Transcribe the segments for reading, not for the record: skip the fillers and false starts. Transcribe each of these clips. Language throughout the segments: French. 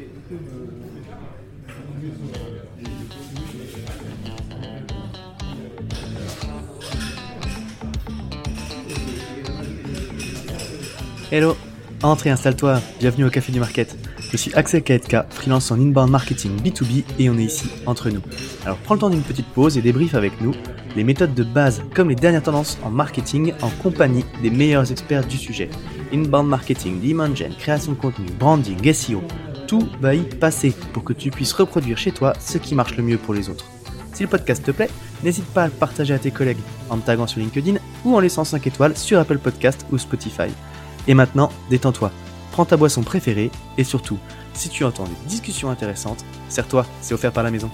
Hello, entre et installe-toi, bienvenue au Café du Market. Je suis Axel Kaetka, freelance en inbound marketing B2B et on est ici entre nous. Alors prends le temps d'une petite pause et débrief avec nous les méthodes de base comme les dernières tendances en marketing en compagnie des meilleurs experts du sujet. Inbound marketing, demand gen, création de contenu, branding, SEO, tout va y passer pour que tu puisses reproduire chez toi ce qui marche le mieux pour les autres. Si le podcast te plaît, n'hésite pas à le partager à tes collègues en me taguant sur LinkedIn ou en laissant 5 étoiles sur Apple Podcast ou Spotify. Et maintenant, détends-toi, prends ta boisson préférée et surtout, si tu entends des discussions intéressantes, serre-toi, c'est offert par la maison.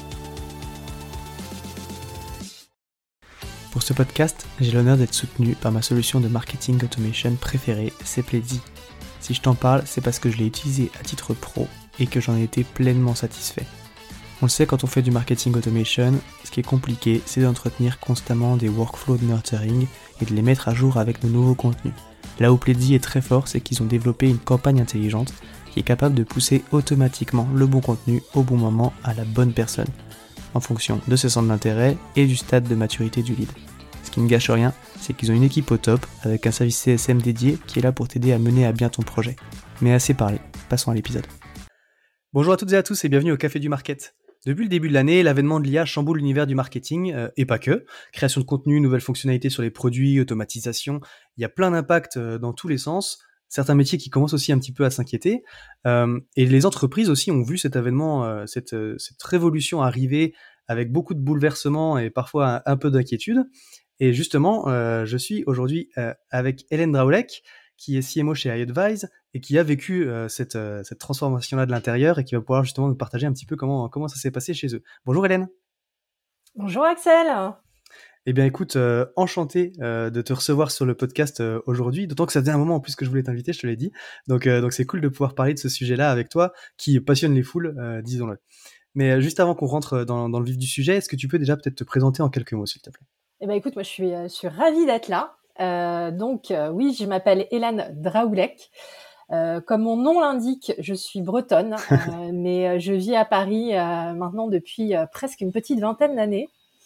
Pour ce podcast, j'ai l'honneur d'être soutenu par ma solution de marketing automation préférée, Sepleady. Si je t'en parle, c'est parce que je l'ai utilisé à titre pro et que j'en ai été pleinement satisfait. On le sait, quand on fait du marketing automation, ce qui est compliqué, c'est d'entretenir constamment des workflows de nurturing et de les mettre à jour avec nos nouveaux contenus. Là où Pledzi est très fort, c'est qu'ils ont développé une campagne intelligente qui est capable de pousser automatiquement le bon contenu au bon moment à la bonne personne, en fonction de ses centres d'intérêt et du stade de maturité du lead. Ce qui ne gâche rien, c'est qu'ils ont une équipe au top, avec un service CSM dédié qui est là pour t'aider à mener à bien ton projet. Mais assez parlé, passons à l'épisode. Bonjour à toutes et à tous et bienvenue au Café du Market. Depuis le début de l'année, l'avènement de l'IA chamboule l'univers du marketing, et pas que. Création de contenu, nouvelles fonctionnalités sur les produits, automatisation, il y a plein d'impacts dans tous les sens. Certains métiers qui commencent aussi un petit peu à s'inquiéter. Et les entreprises aussi ont vu cet avènement, cette révolution arriver avec beaucoup de bouleversements et parfois un peu d'inquiétude. Et justement, je suis aujourd'hui avec Hélène Draoulek, qui est CMO chez iAdvise et qui a vécu cette transformation-là de l'intérieur et qui va pouvoir justement nous partager un petit peu comment ça s'est passé chez eux. Bonjour Hélène. Bonjour Axel. Eh bien écoute, enchanté de te recevoir sur le podcast aujourd'hui, d'autant que ça faisait un moment en plus que je voulais t'inviter, je te l'ai dit. Donc c'est cool de pouvoir parler de ce sujet-là avec toi qui passionne les foules, disons-le. Mais juste avant qu'on rentre dans le vif du sujet, est-ce que tu peux déjà peut-être te présenter en quelques mots, s'il te plaît ? Eh ben écoute, moi je suis ravie d'être là. Oui, je m'appelle Hélène Draoulek. Comme mon nom l'indique, je suis bretonne, mais je vis à Paris maintenant depuis presque une petite vingtaine d'années.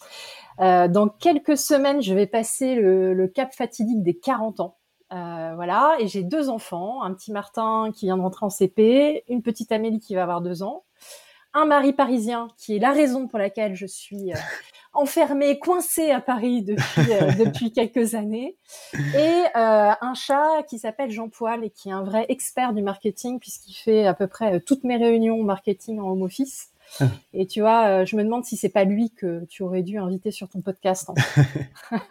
Dans quelques semaines, je vais passer le cap fatidique des 40 ans. Voilà, et j'ai 2 enfants, un petit Martin qui vient de rentrer en CP, une petite Amélie qui va avoir 2 ans, un mari parisien qui est la raison pour laquelle je suis enfermée, coincée à Paris depuis quelques années, et un chat qui s'appelle Jean Poil et qui est un vrai expert du marketing puisqu'il fait à peu près toutes mes réunions marketing en home office. Et tu vois, je me demande si c'est pas lui que tu aurais dû inviter sur ton podcast. En fait.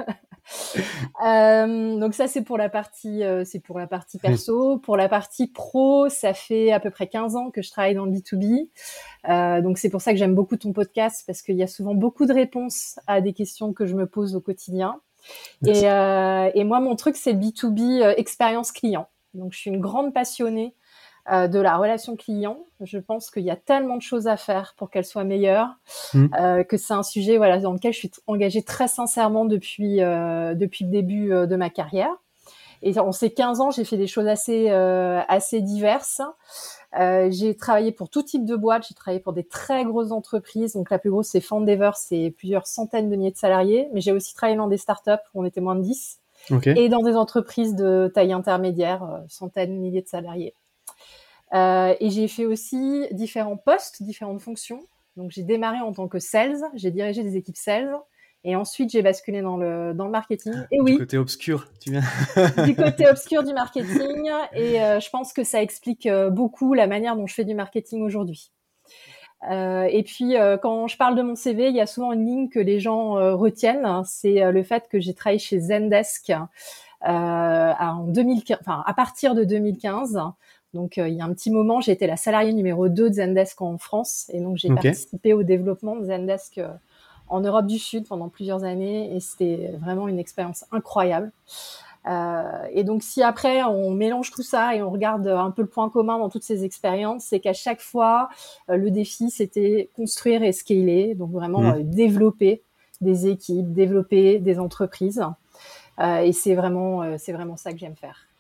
Donc ça c'est pour la partie perso. Pour la partie pro, ça fait à peu près 15 ans que je travaille dans le B2B. Donc c'est pour ça que j'aime beaucoup ton podcast parce qu'il y a souvent beaucoup de réponses à des questions que je me pose au quotidien. Et moi mon truc c'est le B2B expérience client. Donc je suis une grande passionnée de la relation client. Je pense qu'il y a tellement de choses à faire pour qu'elle soit meilleure, que c'est un sujet dans lequel je suis engagée très sincèrement depuis le début de ma carrière. Et en ces 15 ans, j'ai fait des choses assez diverses. J'ai travaillé pour tout type de boîte. J'ai travaillé pour des très grosses entreprises. Donc la plus grosse, c'est Fondever, c'est plusieurs centaines de milliers de salariés. Mais j'ai aussi travaillé dans des startups où on était moins de 10. Okay. Et dans des entreprises de taille intermédiaire, centaines, milliers de salariés. Et j'ai fait aussi différents postes, différentes fonctions. Donc, j'ai démarré en tant que sales. J'ai dirigé des équipes sales. Et ensuite, j'ai basculé dans le marketing. Et du côté obscur, tu viens. Du côté obscur du marketing. Et je pense que ça explique beaucoup la manière dont je fais du marketing aujourd'hui. Et puis, quand je parle de mon CV, il y a souvent une ligne que les gens retiennent. C'est le fait que j'ai travaillé chez Zendesk à partir de 2015. Donc, il y a un petit moment, j'ai été la salariée numéro 2 de Zendesk en France. Et donc, j'ai participé au développement de Zendesk en Europe du Sud pendant plusieurs années. Et c'était vraiment une expérience incroyable. Et donc, si après, on mélange tout ça et on regarde un peu le point commun dans toutes ces expériences, c'est qu'à chaque fois, le défi, c'était construire et scaler. Donc, vraiment développer des équipes, développer des entreprises. Et c'est vraiment ça que j'aime faire.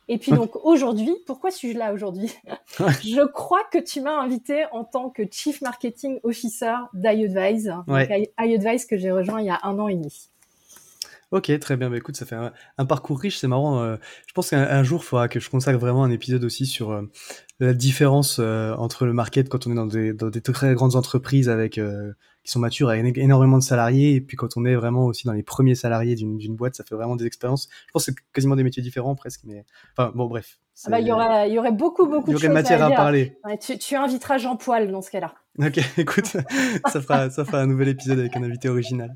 Et puis donc aujourd'hui, pourquoi suis-je là aujourd'hui? Ouais. Je crois que tu m'as invité en tant que Chief Marketing Officer d'iAdvise, donc Ouais. iAdvise que j'ai rejoint il y a 1 an et demi. Ok, très bien. Bah, écoute, ça fait un parcours riche, c'est marrant. Je pense qu'un jour, il faudra que je consacre vraiment un épisode aussi sur la différence entre le market quand on est dans des très grandes entreprises avec qui sont matures, avec énormément de salariés, et puis quand on est vraiment aussi dans les premiers salariés d'une boîte, ça fait vraiment des expériences. Je pense que c'est quasiment des métiers différents presque, mais enfin bon, bref, Ah bah, il y aurait beaucoup, il beaucoup y de aurait choses à matière à dire. parler. Ouais, tu inviteras Jean Poil dans ce cas-là. Ok, écoute, ça fera un nouvel épisode avec un invité original.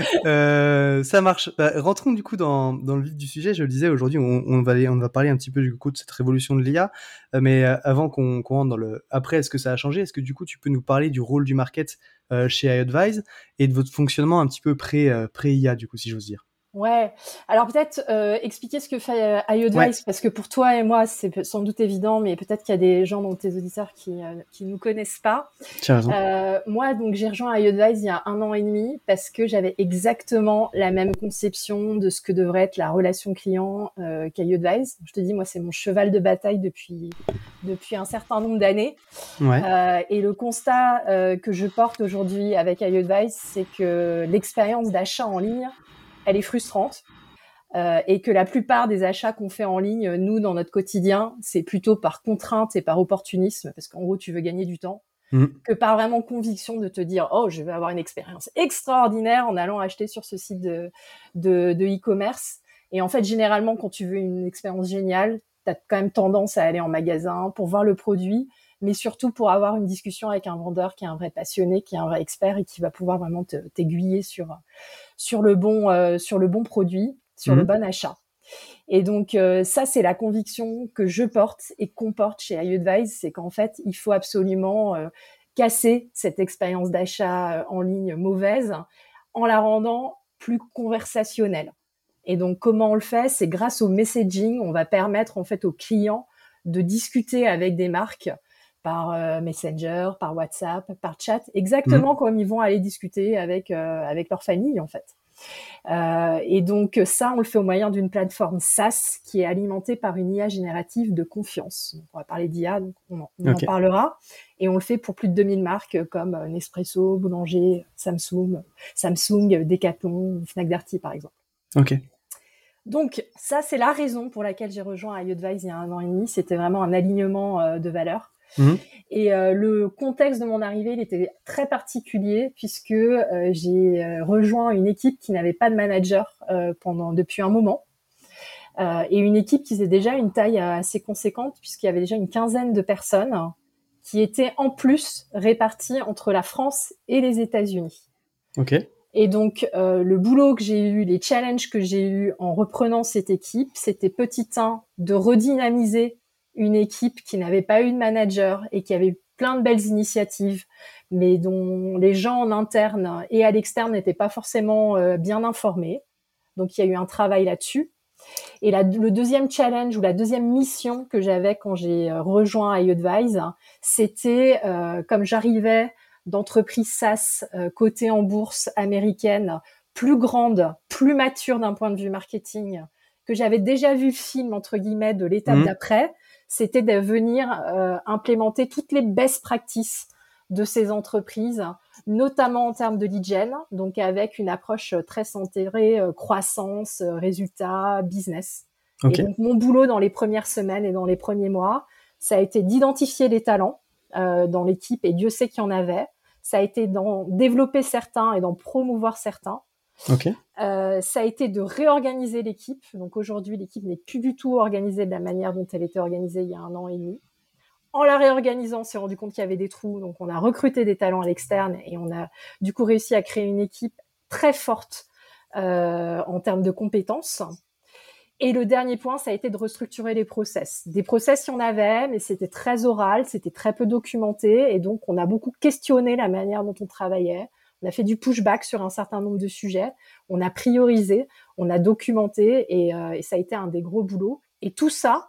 Ça marche. Bah, rentrons du coup dans le vif du sujet. Je le disais, aujourd'hui, on va parler un petit peu du coup de cette révolution de l'IA. Mais avant qu'on rentre dans le après, est-ce que ça a changé? Est-ce que du coup, tu peux nous parler du rôle du market chez iAdvise et de votre fonctionnement un petit peu pré-IA, du coup, si j'ose dire. Ouais. Alors peut-être expliquer ce que fait Ouais, iAdvise, parce que pour toi et moi, c'est sans doute évident, mais peut-être qu'il y a des gens dans tes auditeurs qui nous connaissent pas. tu as raison. Moi, donc, j'ai rejoint iAdvise il y a 1 an et demi parce que j'avais exactement la même conception de ce que devrait être la relation client qu'iAdvise. Je te dis, moi, c'est mon cheval de bataille depuis un certain nombre d'années. Ouais. Et le constat que je porte aujourd'hui avec iAdvise, c'est que l'expérience d'achat en ligne, elle est frustrante. Et que la plupart des achats qu'on fait en ligne, nous, dans notre quotidien, c'est plutôt par contrainte et par opportunisme, parce qu'en gros, tu veux gagner du temps, Mhm. que par vraiment conviction de te dire, oh, je vais avoir une expérience extraordinaire en allant acheter sur ce site de e-commerce. Et en fait, généralement, quand tu veux une expérience géniale, tu as quand même tendance à aller en magasin pour voir le produit, mais surtout pour avoir une discussion avec un vendeur qui est un vrai passionné, qui est un vrai expert et qui va pouvoir vraiment t'aiguiller sur le bon produit, sur le Mhm. bon achat. Et donc ça, c'est la conviction que je porte et qu'on porte chez iAdvise, c'est qu'en fait, il faut absolument casser cette expérience d'achat en ligne mauvaise en la rendant plus conversationnelle. Et donc comment on le fait? C'est grâce au messaging, on va permettre en fait aux clients de discuter avec des marques par Messenger, par WhatsApp, par chat, exactement Mhm. comme ils vont aller discuter avec leur famille en fait. Et donc ça, on le fait au moyen d'une plateforme SaaS qui est alimentée par une IA générative de confiance. Donc, on va parler d'IA, donc on en Ok. parlera. Et on le fait pour plus de 2000 marques comme Nespresso, Boulanger, Samsung, Decathlon, Fnac Darty par exemple. Ok. Donc ça, c'est la raison pour laquelle j'ai rejoint iAdvise il y a 1 an et demi. C'était vraiment un alignement de valeurs. Mhm. Et le contexte de mon arrivée, il était très particulier puisque j'ai rejoint une équipe qui n'avait pas de manager depuis un moment. Et une équipe qui faisait déjà une taille assez conséquente puisqu'il y avait déjà une quinzaine de personnes qui étaient en plus réparties entre la France et les États-Unis. Ok. Et donc, le boulot que j'ai eu, les challenges que j'ai eu en reprenant cette équipe, c'était petit 1, de redynamiser une équipe qui n'avait pas eu de manager et qui avait eu plein de belles initiatives, mais dont les gens en interne et à l'externe n'étaient pas forcément bien informés. Donc, il y a eu un travail là-dessus. Et le deuxième challenge ou la deuxième mission que j'avais quand j'ai rejoint iAdvise, c'était comme j'arrivais d'entreprises SaaS cotées en bourse américaine, plus grande, plus mature d'un point de vue marketing, que j'avais déjà vu le film entre guillemets de l'étape Mhm. d'après, c'était de venir implémenter toutes les best practices de ces entreprises, notamment en termes de lead gen, donc avec une approche très centrée croissance, résultats, business. Et Ok. donc mon boulot dans les premières semaines et dans les premiers mois, ça a été d'identifier les talents dans l'équipe, et Dieu sait qu'il y en avait. Ça a été d'en développer certains et d'en promouvoir certains. Ok. Ça a été de réorganiser l'équipe. Donc aujourd'hui, l'équipe n'est plus du tout organisée de la manière dont elle était organisée il y a 1 an et demi. En la réorganisant, on s'est rendu compte qu'il y avait des trous, donc on a recruté des talents à l'externe et on a du coup réussi à créer une équipe très forte en termes de compétences. Et le dernier point, ça a été de restructurer les process. Des process, il y en avait, mais c'était très oral, c'était très peu documenté, et donc on a beaucoup questionné la manière dont on travaillait. On a fait du pushback sur un certain nombre de sujets, on a priorisé, on a documenté, et ça a été un des gros boulots. Et tout ça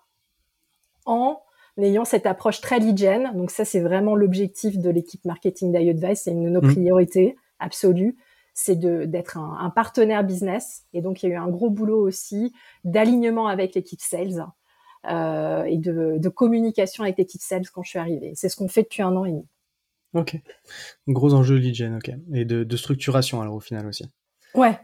en ayant cette approche très lead gen. Donc ça, c'est vraiment l'objectif de l'équipe marketing d'iAdvise, c'est une de nos Mhm. priorités absolues, c'est d'être un partenaire business. Et donc, il y a eu un gros boulot aussi d'alignement avec l'équipe sales et de communication avec l'équipe sales quand je suis arrivée. C'est ce qu'on fait depuis 1 an et demi. Ok. Gros enjeu lead gen, ok. Et de structuration alors au final aussi. Ouais.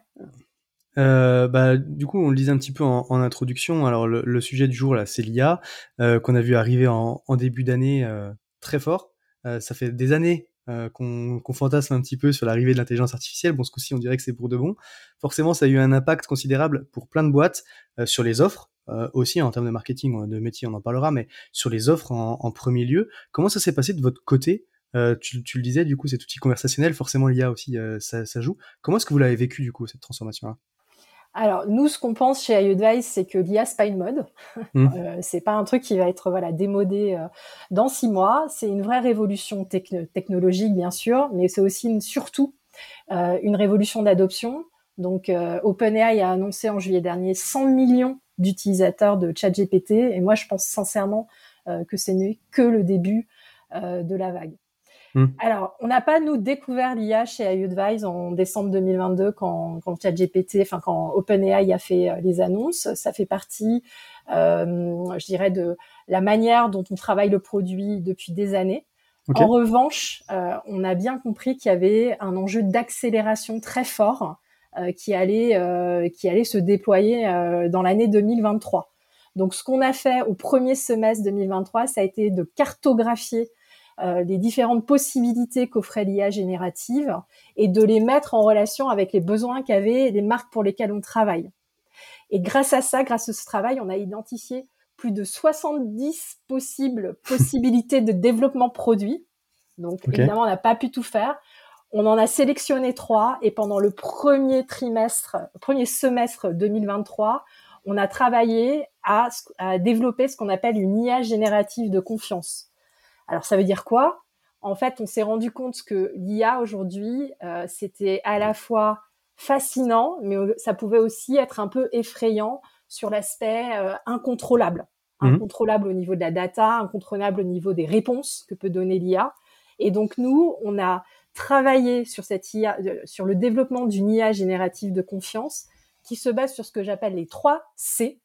Du coup, on le disait un petit peu en introduction. Alors, le sujet du jour, là, c'est l'IA, qu'on a vu arriver en début d'année très fort. Ça fait des années qu'on fantasme un petit peu sur l'arrivée de l'intelligence artificielle. Bon, ce coup-ci, on dirait que c'est pour de bon. Forcément, ça a eu un impact considérable pour plein de boîtes sur les offres. Aussi, en termes de marketing, de métier, on en parlera, mais sur les offres en premier lieu. Comment ça s'est passé de votre côté? Tu le disais, du coup, cet outil conversationnel, forcément, l'IA aussi, ça joue. Comment est-ce que vous l'avez vécu, du coup, cette transformation-là? Alors nous, ce qu'on pense chez iAdvice, c'est que l'IA, c'est pas une mode. C'est pas un truc qui va être démodé dans 6 mois. C'est une vraie révolution technologique, bien sûr, mais c'est aussi surtout une révolution d'adoption. Donc OpenAI a annoncé en juillet dernier 100 millions d'utilisateurs de ChatGPT, et moi je pense sincèrement que ce n'est que le début de la vague. Alors, on n'a pas, nous, découvert l'IA chez iAdvice en décembre 2022 quand OpenAI a fait les annonces. Ça fait partie, je dirais, de la manière dont on travaille le produit depuis des années. Okay. En revanche, on a bien compris qu'il y avait un enjeu d'accélération très fort qui allait se déployer dans l'année 2023. Donc, ce qu'on a fait au premier semestre 2023, ça a été de cartographier les différentes possibilités qu'offrait l'IA générative et de les mettre en relation avec les besoins qu'avaient les marques pour lesquelles on travaille. Et grâce à ce travail, on a identifié plus de 70 possibilités de développement produit. Donc, évidemment, on n'a pas pu tout faire. On en a sélectionné 3 et pendant le premier semestre 2023, on a travaillé à développer ce qu'on appelle une IA générative de confiance. Alors, ça veut dire quoi? En fait, on s'est rendu compte que l'IA aujourd'hui, c'était à la fois fascinant, mais ça pouvait aussi être un peu effrayant sur l'aspect incontrôlable. Incontrôlable au niveau de la data, incontrôlable au niveau des réponses que peut donner l'IA. Et donc, nous, on a travaillé sur cette IA, sur le développement d'une IA générative de confiance qui se base sur ce que j'appelle les 3 C.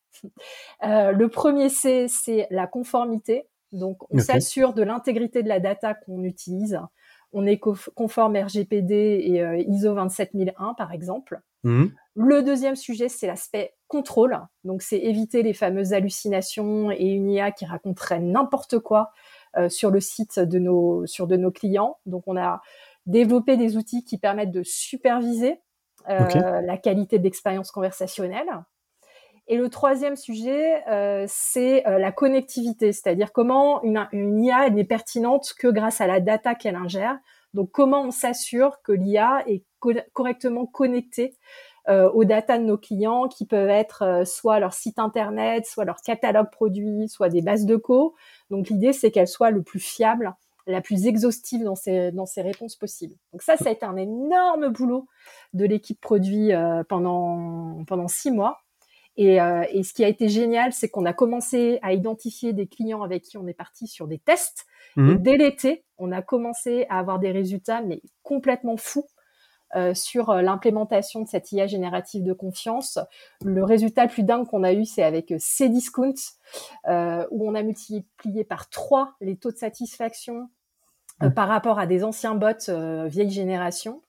Le premier C, c'est la conformité. Donc, on s'assure de l'intégrité de la data qu'on utilise. On est conforme RGPD et ISO 27001, par exemple. Le deuxième sujet, c'est l'aspect contrôle. Donc, c'est éviter les fameuses hallucinations et une IA qui raconterait n'importe quoi sur le site de nos clients. Donc, on a développé des outils qui permettent de superviser la qualité de l'expérience conversationnelle. Et le troisième sujet, c'est la connectivité, c'est-à-dire comment une IA n'est pertinente que grâce à la data qu'elle ingère. Donc, comment on s'assure que l'IA est correctement connectée aux data de nos clients, qui peuvent être soit leur site internet, soit leur catalogue produit, soit des bases de co. Donc, l'idée, c'est qu'elle soit le plus fiable, la plus exhaustive dans ses réponses possibles. Donc ça a été un énorme boulot de l'équipe produit pendant 6 mois. Et ce qui a été génial, c'est qu'on a commencé à identifier des clients avec qui on est parti sur des tests. Et dès l'été, on a commencé à avoir des résultats mais complètement fous sur l'implémentation de cette IA générative de confiance. Le résultat le plus dingue qu'on a eu, c'est avec Cdiscount, où on a multiplié par 3 les taux de satisfaction par rapport à des anciens bots vieille génération.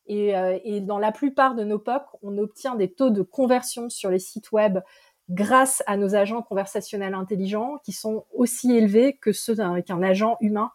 Et dans la plupart de nos POC, on obtient des taux de conversion sur les sites web grâce à nos agents conversationnels intelligents qui sont aussi élevés que ceux qu'un agent humain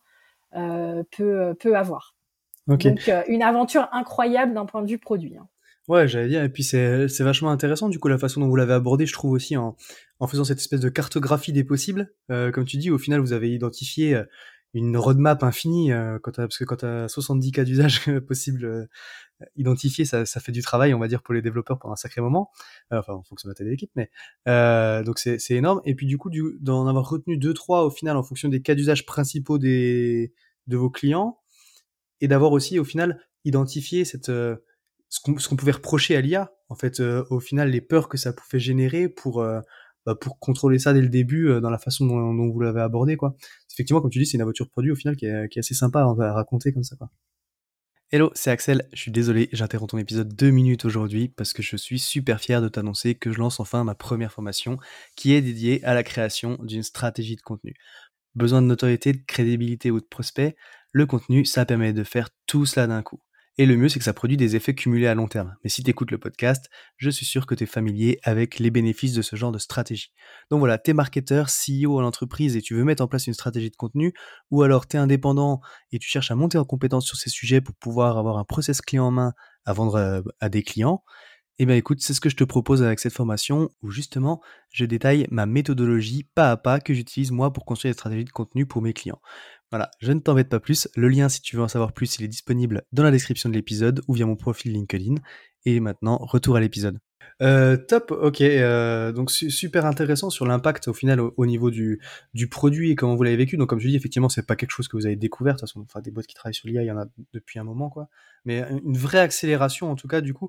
peut avoir. Donc, une aventure incroyable d'un point de vue produit. Ouais, j'allais dire, et puis c'est vachement intéressant, du coup, la façon dont vous l'avez abordé, je trouve aussi, en faisant cette espèce de cartographie des possibles. Comme tu dis, au final, vous avez identifié une roadmap infinie, parce que quand t'as 70 cas d'usage possibles identifiés, ça fait du travail, on va dire, pour les développeurs pendant un sacré moment. Enfin, en fonction de la taille de l'équipe, mais donc c'est énorme. Et puis du coup, d'en avoir retenu 2-3 au final en fonction des cas d'usage principaux de vos clients, et d'avoir aussi au final identifié ce qu'on pouvait reprocher à l'IA, en fait, au final, les peurs que ça pouvait générer pour contrôler ça dès le début, dans la façon dont vous l'avez abordé, quoi. Effectivement, comme tu dis, c'est une aventure produit au final qui est assez sympa à raconter comme ça, quoi. Hello, c'est Axel. Je suis désolé, j'interromps ton épisode 2 minutes aujourd'hui parce que je suis super fier de t'annoncer que je lance enfin ma première formation qui est dédiée à la création d'une stratégie de contenu. Besoin de notoriété, de crédibilité ou de prospect, le contenu, ça permet de faire tout cela d'un coup. Et le mieux, c'est que ça produit des effets cumulés à long terme. Mais si tu écoutes le podcast, je suis sûr que tu es familier avec les bénéfices de ce genre de stratégie. Donc voilà, t'es marketeur, CEO à l'entreprise et tu veux mettre en place une stratégie de contenu, ou alors t'es indépendant et tu cherches à monter en compétence sur ces sujets pour pouvoir avoir un process clé en main à vendre à des clients. Eh bien écoute, c'est ce que je te propose avec cette formation où justement je détaille ma méthodologie pas à pas que j'utilise moi pour construire des stratégies de contenu pour mes clients. Voilà, je ne t'embête pas plus. Le lien, si tu veux en savoir plus, il est disponible dans la description de l'épisode ou via mon profil LinkedIn. Et maintenant, retour à l'épisode. Top, ok. Donc super intéressant sur l'impact au final au niveau du produit et comment vous l'avez vécu. Donc comme je dis, effectivement, c'est pas quelque chose que vous avez découvert. De toute façon, enfin, des boîtes qui travaillent sur l'IA, il y en a depuis un moment, quoi. Mais une vraie accélération, en tout cas, du coup,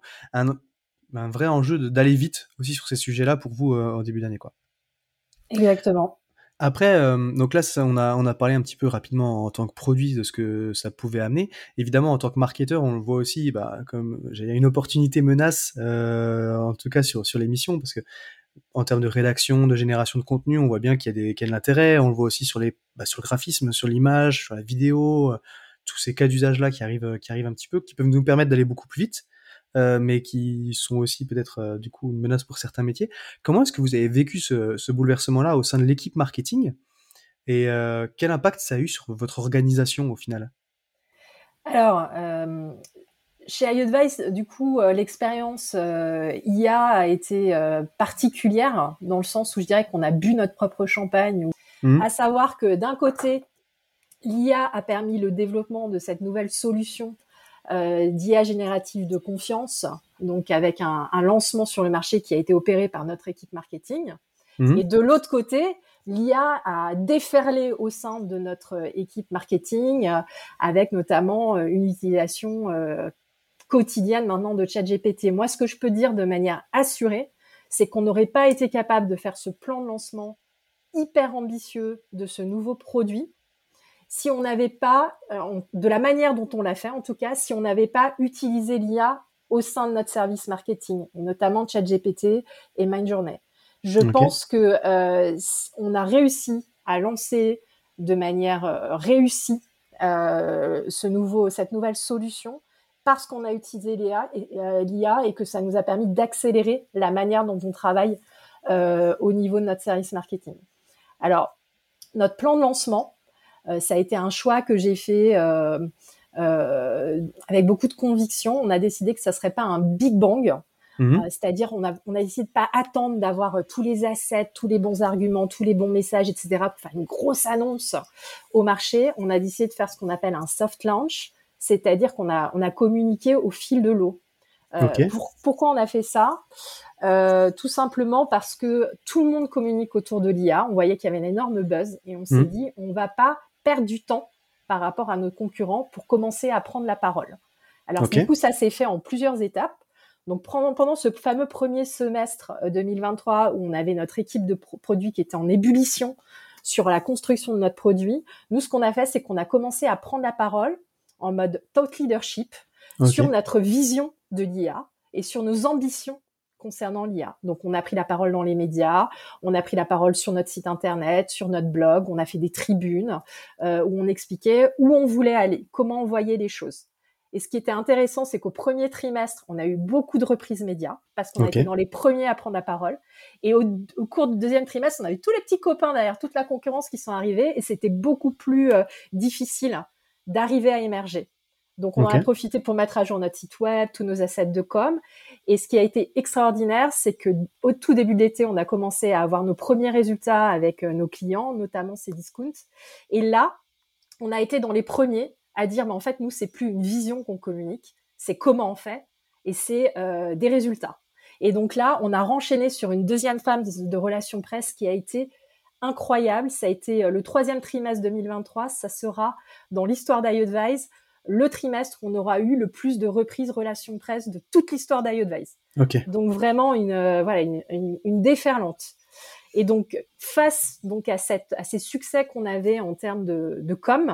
un vrai enjeu d'aller vite aussi sur ces sujets-là pour vous en début d'année, quoi. Exactement. Après, donc là, on a parlé un petit peu rapidement en tant que produit de ce que ça pouvait amener. Évidemment, en tant que marketeur, on le voit aussi, comme j'ai une opportunité menace, en tout cas sur l'émission, parce que en termes de rédaction, de génération de contenu, on voit bien qu'il y a de l'intérêt. On le voit aussi sur sur le graphisme, sur l'image, sur la vidéo, tous ces cas d'usage là qui arrivent un petit peu, qui peuvent nous permettre d'aller beaucoup plus vite, mais qui sont aussi peut-être du coup une menace pour certains métiers. Comment est-ce que vous avez vécu ce bouleversement-là au sein de l'équipe marketing et quel impact ça a eu sur votre organisation au final? Alors, chez iAdvice, du coup, l'expérience IA a été particulière dans le sens où je dirais qu'on a bu notre propre champagne. À Mmh. savoir que d'un côté, l'IA a permis le développement de cette nouvelle solution d'IA générative de confiance, donc avec un lancement sur le marché qui a été opéré par notre équipe marketing. Mmh. Et de l'autre côté, l'IA a déferlé au sein de notre équipe marketing, avec notamment une utilisation quotidienne maintenant de ChatGPT. Moi, ce que je peux dire de manière assurée, c'est qu'on n'aurait pas été capable de faire ce plan de lancement hyper ambitieux de ce nouveau produit si on n'avait pas, de la manière dont on l'a fait en tout cas, si on n'avait pas utilisé l'IA au sein de notre service marketing, et notamment ChatGPT et Mindjourney. Je OK. pense que on a réussi à lancer de manière réussie cette nouvelle solution parce qu'on a utilisé l'IA et que ça nous a permis d'accélérer la manière dont on travaille au niveau de notre service marketing. Alors, notre plan de lancement, ça a été un choix que j'ai fait avec beaucoup de conviction. On a décidé que ça serait pas un big bang. Mmh. C'est-à-dire, on a décidé de pas attendre d'avoir tous les assets, tous les bons arguments, tous les bons messages, etc. pour faire une grosse annonce au marché. On a décidé de faire ce qu'on appelle un soft launch, c'est-à-dire qu'on a communiqué au fil de l'eau. OK. Pourquoi on a fait ça? Tout simplement parce que tout le monde communique autour de l'IA. On voyait qu'il y avait un énorme buzz et on s'est Mmh. dit, on va pas perdre du temps par rapport à nos concurrents pour commencer à prendre la parole. Alors, du OK. coup, ça s'est fait en plusieurs étapes. Donc, pendant ce fameux premier semestre 2023 où on avait notre équipe de produits qui était en ébullition sur la construction de notre produit, nous, ce qu'on a fait, c'est qu'on a commencé à prendre la parole en mode thought leadership sur OK. notre vision de l'IA et sur nos ambitions concernant l'IA. Donc, on a pris la parole dans les médias, on a pris la parole sur notre site internet, sur notre blog, on a fait des tribunes où on expliquait où on voulait aller, comment on voyait les choses. Et ce qui était intéressant, c'est qu'au premier trimestre, on a eu beaucoup de reprises médias parce qu'on a été OK. dans les premiers à prendre la parole. Et au cours du deuxième trimestre, on a eu tous les petits copains derrière toute la concurrence qui sont arrivés et c'était beaucoup plus difficile d'arriver à émerger. Donc, on en a OK. profité pour mettre à jour notre site web, tous nos assets de com. Et ce qui a été extraordinaire, c'est que au tout début de l'été, on a commencé à avoir nos premiers résultats avec nos clients, notamment Cdiscount. Et là, on a été dans les premiers à dire, mais en fait, nous, c'est plus une vision qu'on communique, c'est comment on fait, et c'est des résultats. Et donc là, on a renchaîné sur une deuxième phase de relations presse qui a été incroyable. Ça a été le troisième trimestre 2023. Ça sera dans l'histoire d'iAdvice le trimestre où on aura eu le plus de reprises relations presse de toute l'histoire d'iAdvice. OK. Donc vraiment une déferlante. Et donc face donc à ces succès qu'on avait en termes de com,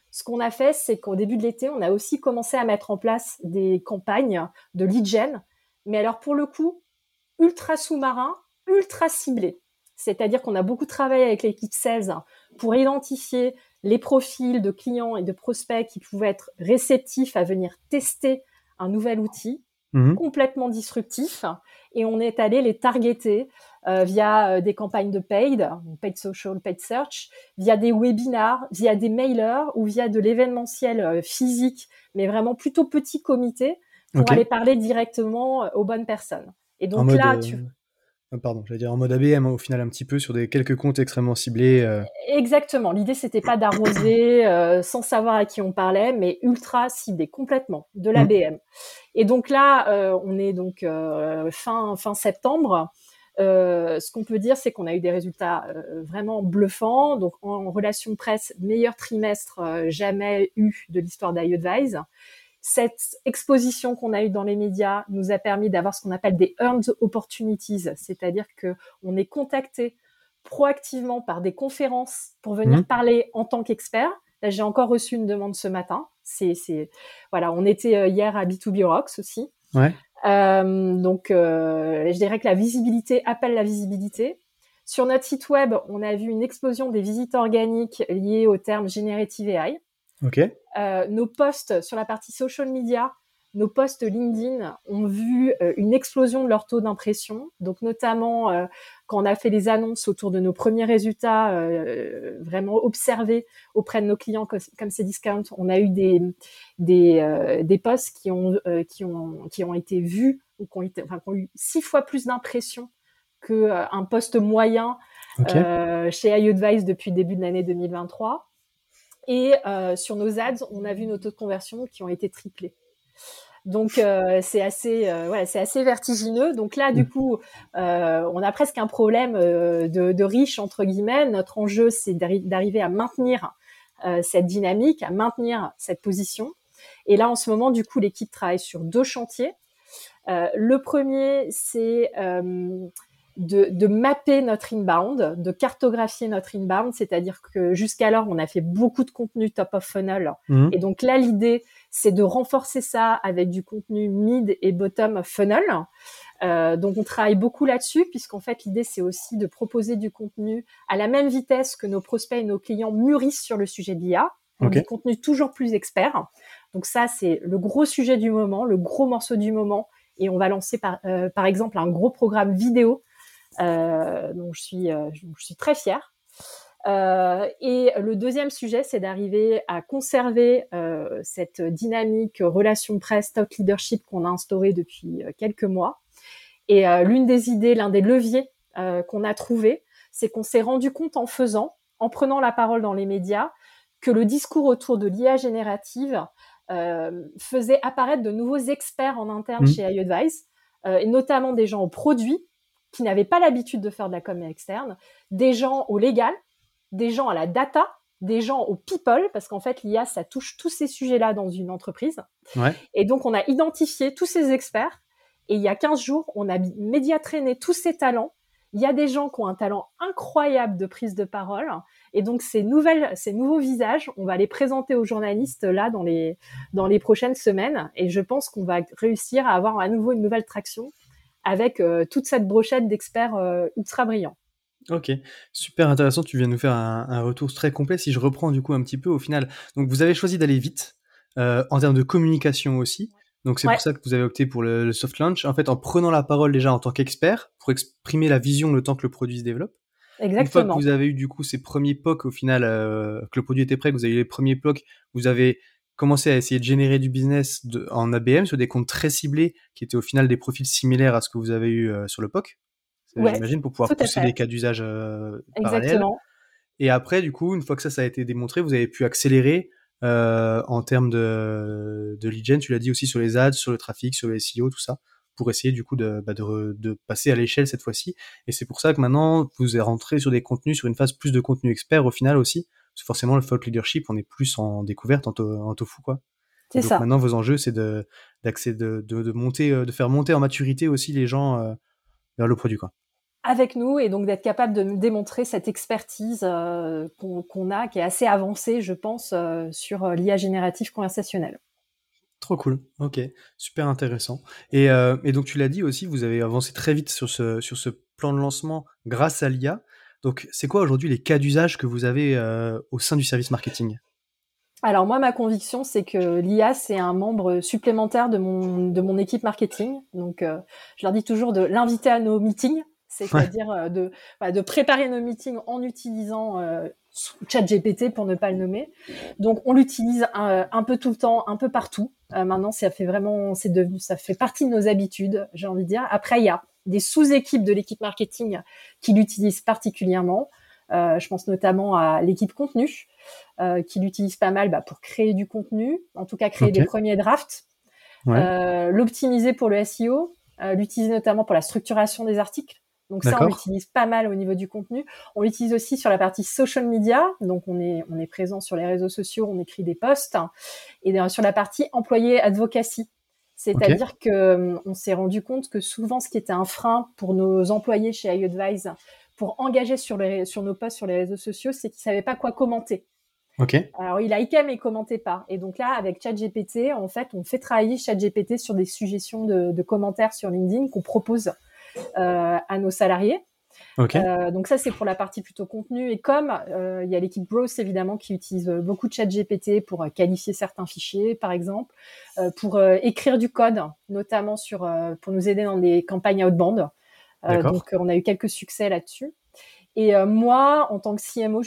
ce qu'on a fait, c'est qu'au début de l'été, on a aussi commencé à mettre en place des campagnes de lead gen, mais alors pour le coup, ultra sous-marin, ultra ciblé. C'est-à-dire qu'on a beaucoup travaillé avec l'équipe sales pour identifier les profils de clients et de prospects qui pouvaient être réceptifs à venir tester un nouvel outil complètement disruptif, et on est allé les targeter via des campagnes de paid social, paid search, via des webinars, via des mailers ou via de l'événementiel physique, mais vraiment plutôt petit comité pour aller parler directement aux bonnes personnes. Et donc là, Pardon, j'allais dire en mode ABM, au final, un petit peu sur quelques comptes extrêmement ciblés. Exactement. L'idée, c'était pas d'arroser sans savoir à qui on parlait, mais ultra ciblé, complètement, de l'ABM. Et donc là, on est donc fin septembre. Ce qu'on peut dire, c'est qu'on a eu des résultats vraiment bluffants. Donc en relation presse, meilleur trimestre jamais eu de l'histoire d'iAdvise. Cette exposition qu'on a eue dans les médias nous a permis d'avoir ce qu'on appelle des earned opportunities, c'est-à-dire que on est contacté proactivement par des conférences pour venir parler en tant qu'expert. Là, j'ai encore reçu une demande ce matin. Voilà, on était hier à B2B Rocks aussi. Ouais. Donc, je dirais que la visibilité appelle la visibilité. Sur notre site web, on a vu une explosion des visites organiques liées au terme Generative AI. Ok. Nos posts sur la partie social media, nos posts LinkedIn ont vu une explosion de leur taux d'impression. Donc notamment quand on a fait les annonces autour de nos premiers résultats vraiment observés auprès de nos clients comme Cdiscount, on a eu des posts qui ont été vus ou qui ont eu 6 fois plus d'impressions que un post moyen chez iAdvise depuis le début de l'année 2023. Et sur nos ads, on a vu nos taux de conversion qui ont été triplés. Donc c'est assez vertigineux. Donc là, du coup, on a presque un problème de riche entre guillemets. Notre enjeu, c'est d'arriver à maintenir cette dynamique, à maintenir cette position. Et là, en ce moment, du coup, l'équipe travaille sur 2 chantiers. Le premier, c'est de mapper notre inbound, de cartographier notre inbound, c'est-à-dire que jusqu'alors, on a fait beaucoup de contenu top of funnel. Et donc là, l'idée, c'est de renforcer ça avec du contenu mid et bottom of funnel. Donc on travaille beaucoup là-dessus, puisqu'en fait, l'idée, c'est aussi de proposer du contenu à la même vitesse que nos prospects et nos clients mûrissent sur le sujet de l'IA. Donc du contenu toujours plus expert. Donc ça, c'est le gros sujet du moment, le gros morceau du moment. Et on va lancer par exemple un gros programme vidéo donc je suis très fière. Et le deuxième sujet, c'est d'arriver à conserver cette dynamique relation presse, thought leadership qu'on a instaurée depuis quelques mois. Et l'une des idées, l'un des leviers qu'on a trouvé, c'est qu'on s'est rendu compte en prenant la parole dans les médias, que le discours autour de l'IA générative faisait apparaître de nouveaux experts en interne chez iAdvise, et notamment des gens au produit qui n'avaient pas l'habitude de faire de la com externe, des gens au légal, des gens à la data, des gens au people, parce qu'en fait, l'IA, ça touche tous ces sujets-là dans une entreprise. Ouais. Et donc, on a identifié tous ces experts, et il y a 15 jours, on a média-trainé tous ces talents. Il y a des gens qui ont un talent incroyable de prise de parole, et donc ces nouveaux visages, on va les présenter aux journalistes là dans les prochaines semaines, et je pense qu'on va réussir à avoir à nouveau une nouvelle traction avec toute cette brochette d'experts ultra brillants. Ok, super intéressant, tu viens de nous faire un retour très complet. Si je reprends du coup un petit peu au final, donc vous avez choisi d'aller vite, en termes de communication aussi, donc c'est pour ça que vous avez opté pour le soft launch, en fait en prenant la parole déjà en tant qu'expert, pour exprimer la vision le temps que le produit se développe. Exactement. Une fois que vous avez eu du coup ces premiers POC au final, que le produit était prêt, que vous avez eu les premiers POC, vous avez commencé à essayer de générer du business en ABM sur des comptes très ciblés qui étaient au final des profils similaires à ce que vous avez eu sur le POC. J'imagine, pour pouvoir pousser des cas d'usage parallèles. Et après, du coup, une fois que ça a été démontré, vous avez pu accélérer en termes de lead gen, tu l'as dit aussi sur les ads, sur le trafic, sur le SEO, tout ça, pour essayer du coup de passer à l'échelle cette fois-ci. Et c'est pour ça que maintenant, vous êtes rentré sur des contenus, sur une phase plus de contenu expert au final aussi. Parce que forcément, le thought leadership, on est plus en découverte, en tofu, quoi. C'est donc ça. Maintenant, vos enjeux, c'est de faire monter en maturité aussi les gens vers le produit, quoi. avec nous et donc d'être capable de démontrer cette expertise qu'on a, qui est assez avancée, je pense, sur l'IA générative conversationnelle. Trop cool. Ok, super intéressant. Et donc tu l'as dit aussi, vous avez avancé très vite sur ce plan de lancement grâce à l'IA. Donc c'est quoi aujourd'hui les cas d'usage que vous avez au sein du service marketing? Alors moi, ma conviction, c'est que l'IA, c'est un membre supplémentaire de mon équipe marketing. Donc, je leur dis toujours de l'inviter à nos meetings, Ouais, c'est-à-dire de préparer nos meetings en utilisant ChatGPT pour ne pas le nommer. Donc, on l'utilise un peu tout le temps, un peu partout. Maintenant, ça fait vraiment, ça fait partie de nos habitudes, j'ai envie de dire. Après, il y a des sous-équipes de l'équipe marketing qui l'utilisent particulièrement. Je pense notamment à l'équipe contenu qui l'utilise pas mal pour créer du contenu, en tout cas créer ok, des premiers drafts, ouais, l'optimiser pour le SEO, l'utiliser notamment pour la structuration des articles. Donc ça, on d'accord, l'utilise pas mal au niveau du contenu. On l'utilise aussi sur la partie social media. Donc on est présent sur les réseaux sociaux, on écrit des posts. Et sur la partie employé advocacy. ok, C'est-à-dire que on s'est rendu compte que souvent, ce qui était un frein pour nos employés chez iAdvise pour engager sur nos posts sur les réseaux sociaux, c'est qu'ils savaient pas quoi commenter. ok, Alors, il likait mais il commentait pas. Et donc là, avec ChatGPT, en fait, on fait travailler ChatGPT sur des suggestions de commentaires sur LinkedIn qu'on propose à nos salariés. ok, Donc ça, c'est pour la partie plutôt contenu. Et comme il y a l'équipe Growth, évidemment, qui utilise beaucoup de ChatGPT pour qualifier certains fichiers, par exemple, pour écrire du code, notamment pour nous aider dans des campagnes outbound. d'accord, Donc, on a eu quelques succès là-dessus. Et moi, en tant que CMO,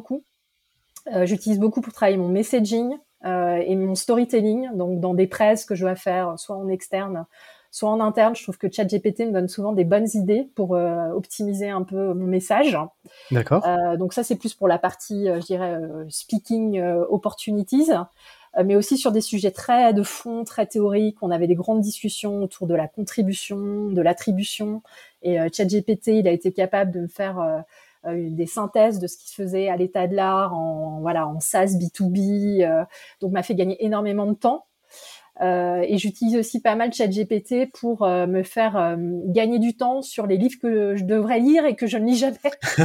j'utilise beaucoup pour travailler mon messaging et mon storytelling, donc dans des presses que je dois faire, soit en externe, soit en interne. Je trouve que ChatGPT me donne souvent des bonnes idées pour optimiser un peu mon message. d'accord, Donc ça, c'est plus pour la partie, je dirais, speaking opportunities, mais aussi sur des sujets très de fond, très théoriques. On avait des grandes discussions autour de la contribution, de l'attribution, et ChatGPT, il a été capable de me faire des synthèses de ce qui se faisait à l'état de l'art en SaaS B2B, donc m'a fait gagner énormément de temps. Et j'utilise aussi pas mal ChatGPT pour me faire gagner du temps sur les livres que je devrais lire et que je ne lis jamais.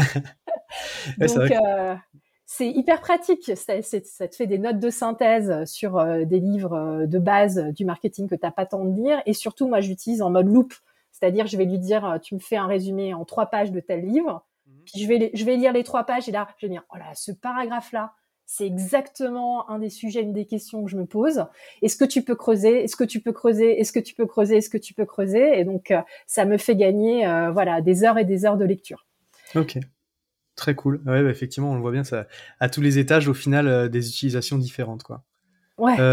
ouais, c'est Donc, vrai que c'est hyper pratique. Ça te fait des notes de synthèse sur des livres de base du marketing que tu n'as pas temps de lire. Et surtout, moi, j'utilise en mode loop. C'est-à-dire, je vais lui dire, tu me fais un résumé en 3 pages de tel livre. Puis je vais lire les 3 pages et là, je vais dire, oh là, ce paragraphe-là, c'est exactement un des sujets, une des questions que je me pose. Est-ce que tu peux creuser? Est-ce que tu peux creuser? Est-ce que tu peux creuser? Est-ce que tu peux creuser? Et donc, ça me fait gagner des heures et des heures de lecture. ok. Très cool. Ouais, effectivement, on le voit bien, ça, à tous les étages, au final, des utilisations différentes, quoi. Ouais.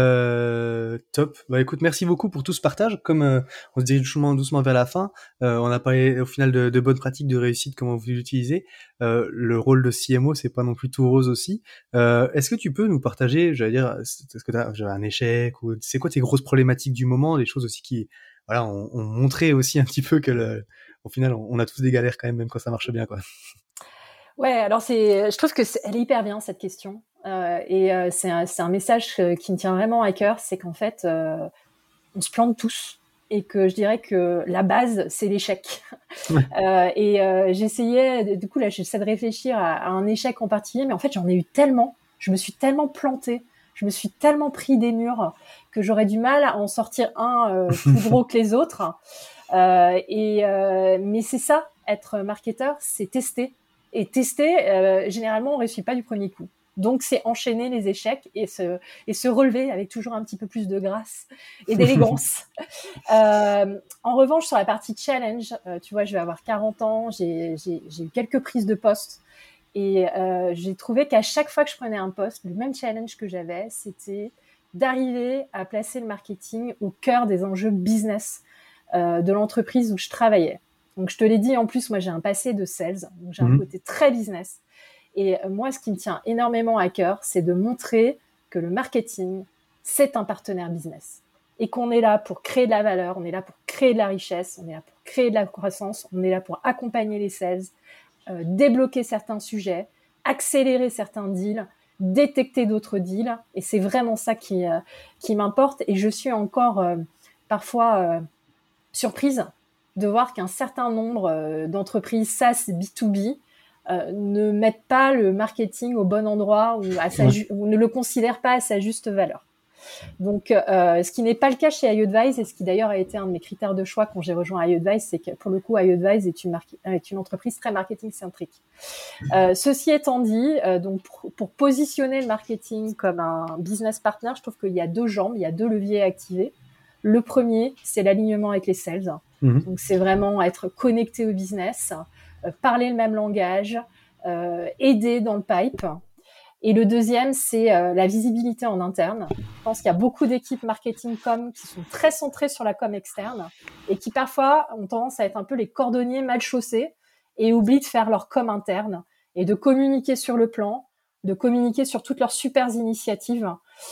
Top. Bah écoute, merci beaucoup pour tout ce partage. Comme on se dirige doucement vers la fin, on a parlé au final de bonnes pratiques de réussite, comment vous l'utilisez. Le rôle de CMO, c'est pas non plus tout rose aussi. Est-ce que tu peux nous partager, j'allais dire, est-ce que t'as un échec ou c'est quoi tes grosses problématiques du moment, les choses aussi qui, voilà, ont montré aussi un petit peu que au final, on a tous des galères quand même quand ça marche bien, quoi. Ouais, alors je trouve que elle est hyper bien cette question. C'est un message qui me tient vraiment à cœur, c'est qu'en fait, on se plante tous et que je dirais que la base, c'est l'échec. Ouais. J'essayais, du coup là, j'essaie de réfléchir à un échec en particulier, mais en fait, j'en ai eu tellement, je me suis tellement plantée, je me suis tellement pris des murs que j'aurais du mal à en sortir un plus gros que les autres. Mais c'est ça, être marketeur, c'est tester. Et tester, généralement, on réussit pas du premier coup. Donc, c'est enchaîner les échecs et se relever avec toujours un petit peu plus de grâce et d'élégance. En revanche, sur la partie challenge, tu vois, je vais avoir 40 ans, j'ai eu quelques prises de poste et j'ai trouvé qu'à chaque fois que je prenais un poste, le même challenge que j'avais, c'était d'arriver à placer le marketing au cœur des enjeux business de l'entreprise où je travaillais. Donc, je te l'ai dit, en plus, moi, j'ai un passé de sales, donc j'ai un Mhm. côté très business. Et moi, ce qui me tient énormément à cœur, c'est de montrer que le marketing, c'est un partenaire business. Et qu'on est là pour créer de la valeur, on est là pour créer de la richesse, on est là pour créer de la croissance, on est là pour accompagner les sales, débloquer certains sujets, accélérer certains deals, détecter d'autres deals. Et c'est vraiment ça qui m'importe. Et je suis encore parfois surprise de voir qu'un certain nombre d'entreprises SaaS B2B ne mettent pas le marketing au bon endroit ou ne le considèrent pas à sa juste valeur. Donc, ce qui n'est pas le cas chez iAdvise et ce qui d'ailleurs a été un de mes critères de choix quand j'ai rejoint iAdvise, c'est que pour le coup, iAdvise est une entreprise très marketing-centrique. Ceci étant dit, donc pour positionner le marketing comme un business partner, je trouve qu'il y a 2 jambes, il y a 2 leviers à activer. Le premier, c'est l'alignement avec les sales. Donc, c'est vraiment être connecté au business, parler le même langage, aider dans le pipe. Et le deuxième, c'est la visibilité en interne. Je pense qu'il y a beaucoup d'équipes marketing com qui sont très centrées sur la com externe et qui parfois ont tendance à être un peu les cordonniers mal chaussés et oublient de faire leur com interne et de communiquer sur le plan, de communiquer sur toutes leurs super initiatives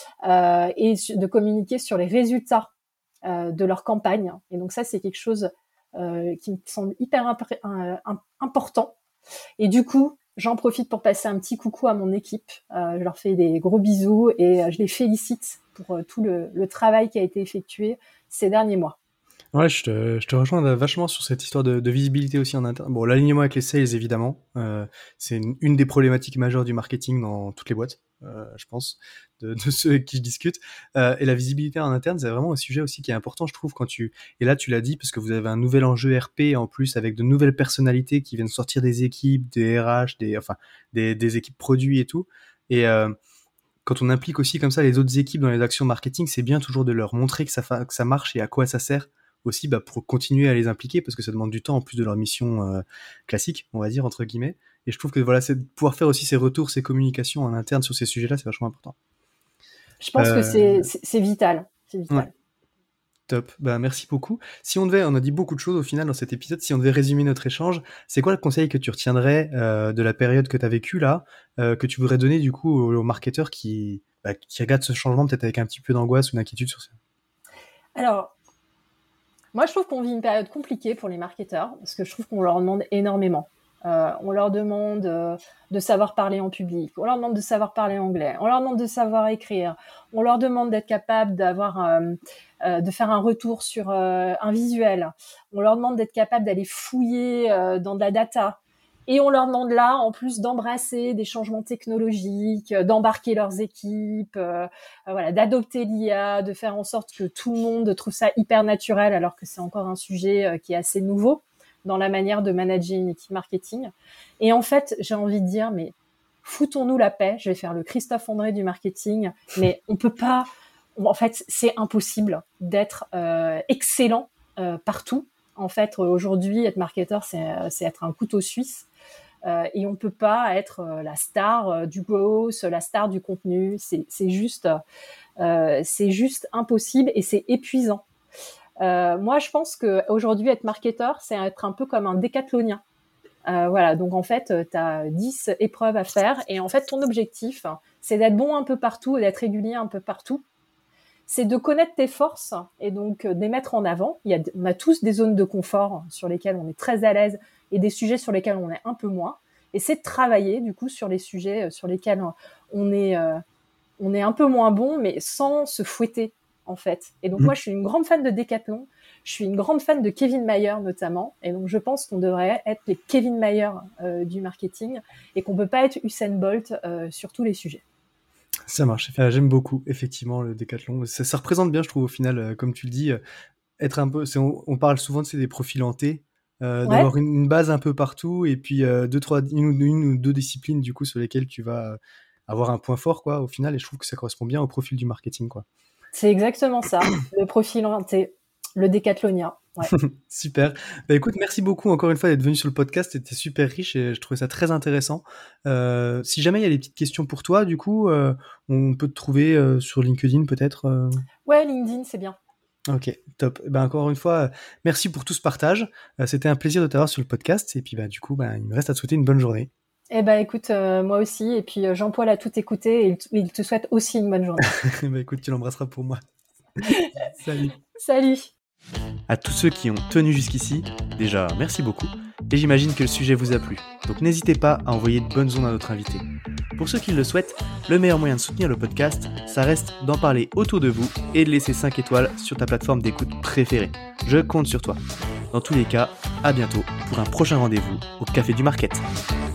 et de communiquer sur les résultats de leur campagne. Et donc ça, c'est quelque chose qui me semble hyper important. Et du coup, j'en profite pour passer un petit coucou à mon équipe. Je leur fais des gros bisous et je les félicite pour tout le travail qui a été effectué ces derniers mois. Ouais, je te rejoins vachement sur cette histoire de visibilité aussi en interne. Bon, l'alignement avec les sales, évidemment, c'est une des problématiques majeures du marketing dans toutes les boîtes, je pense, de ceux avec qui je discute. Et la visibilité en interne, c'est vraiment un sujet aussi qui est important, je trouve, et là, tu l'as dit, parce que vous avez un nouvel enjeu RP, en plus, avec de nouvelles personnalités qui viennent sortir des équipes, des RH, des équipes produits et tout. Et quand on implique aussi comme ça les autres équipes dans les actions marketing, c'est bien toujours de leur montrer que ça marche et à quoi ça sert. Aussi pour continuer à les impliquer parce que ça demande du temps en plus de leur mission classique, on va dire entre guillemets, et je trouve que voilà, c'est de pouvoir faire aussi ces retours, ces communications en interne sur ces sujets-là, c'est vachement important. Je pense que c'est vital. Ouais. Top, merci beaucoup. On a dit beaucoup de choses au final dans cet épisode, si on devait résumer notre échange, c'est quoi le conseil que tu retiendrais de la période que tu as vécue là, que tu voudrais donner du coup aux marketeurs qui regardent ce changement peut-être avec un petit peu d'angoisse ou d'inquiétude sur ça? Alors, moi, je trouve qu'on vit une période compliquée pour les marketeurs parce que je trouve qu'on leur demande énormément. On leur demande de savoir parler en public, on leur demande de savoir parler anglais, on leur demande de savoir écrire, on leur demande d'être capable de faire un retour sur un visuel, on leur demande d'être capable d'aller fouiller dans de la data. Et on leur demande là, en plus, d'embrasser des changements technologiques, d'embarquer leurs équipes, d'adopter l'IA, de faire en sorte que tout le monde trouve ça hyper naturel, alors que c'est encore un sujet qui est assez nouveau dans la manière de manager une équipe marketing. Et en fait, j'ai envie de dire, mais foutons-nous la paix. Je vais faire le Christophe André du marketing, mais on peut pas. En fait, c'est impossible d'être excellent partout. En fait, aujourd'hui, être marketeur, c'est être un couteau suisse. Et on peut pas être la star du growth, la star du contenu. C'est juste impossible et c'est épuisant. Moi, je pense que aujourd'hui, être marketeur, c'est être un peu comme un décathlonien. Donc en fait, tu as 10 épreuves à faire et en fait, ton objectif, c'est d'être bon un peu partout et d'être régulier un peu partout. C'est de connaître tes forces et donc de les mettre en avant. On a tous des zones de confort sur lesquelles on est très à l'aise et des sujets sur lesquels on est un peu moins. Et c'est de travailler du coup sur les sujets sur lesquels on est un peu moins bon, mais sans se fouetter en fait. Et donc moi, je suis une grande fan de Decathlon. Je suis une grande fan de Kevin Mayer notamment. Et donc je pense qu'on devrait être les Kevin Mayer du marketing et qu'on peut pas être Usain Bolt sur tous les sujets. Ça marche. J'aime beaucoup, effectivement, le décathlon. Ça représente bien, je trouve, au final, comme tu le dis, être un peu. On parle souvent des profils hantés, d'avoir une base un peu partout, et puis une ou deux disciplines du coup sur lesquelles tu vas avoir un point fort, quoi, au final. Et je trouve que ça correspond bien au profil du marketing, quoi. C'est exactement ça, le profil hanté, le décathlonien. Ouais. Super. Écoute, merci beaucoup encore une fois d'être venu sur le podcast. C'était super riche et je trouvais ça très intéressant. Si jamais il y a des petites questions pour toi, du coup, on peut te trouver sur LinkedIn peut-être. Ouais, LinkedIn, c'est bien. Ok, top. Encore une fois, merci pour tout ce partage. C'était un plaisir de t'avoir sur le podcast. Et puis du coup, il me reste à te souhaiter une bonne journée. Écoute, moi aussi. Et puis Jean-Paul a tout écouté et il te souhaite aussi une bonne journée. Écoute, tu l'embrasseras pour moi. Salut. Salut. À tous ceux qui ont tenu jusqu'ici, déjà merci beaucoup, et j'imagine que le sujet vous a plu, donc n'hésitez pas à envoyer de bonnes ondes à notre invité. Pour ceux qui le souhaitent, le meilleur moyen de soutenir le podcast, ça reste d'en parler autour de vous et de laisser 5 étoiles sur ta plateforme d'écoute préférée. Je compte sur toi. Dans tous les cas, à bientôt pour un prochain rendez-vous au Café du Market.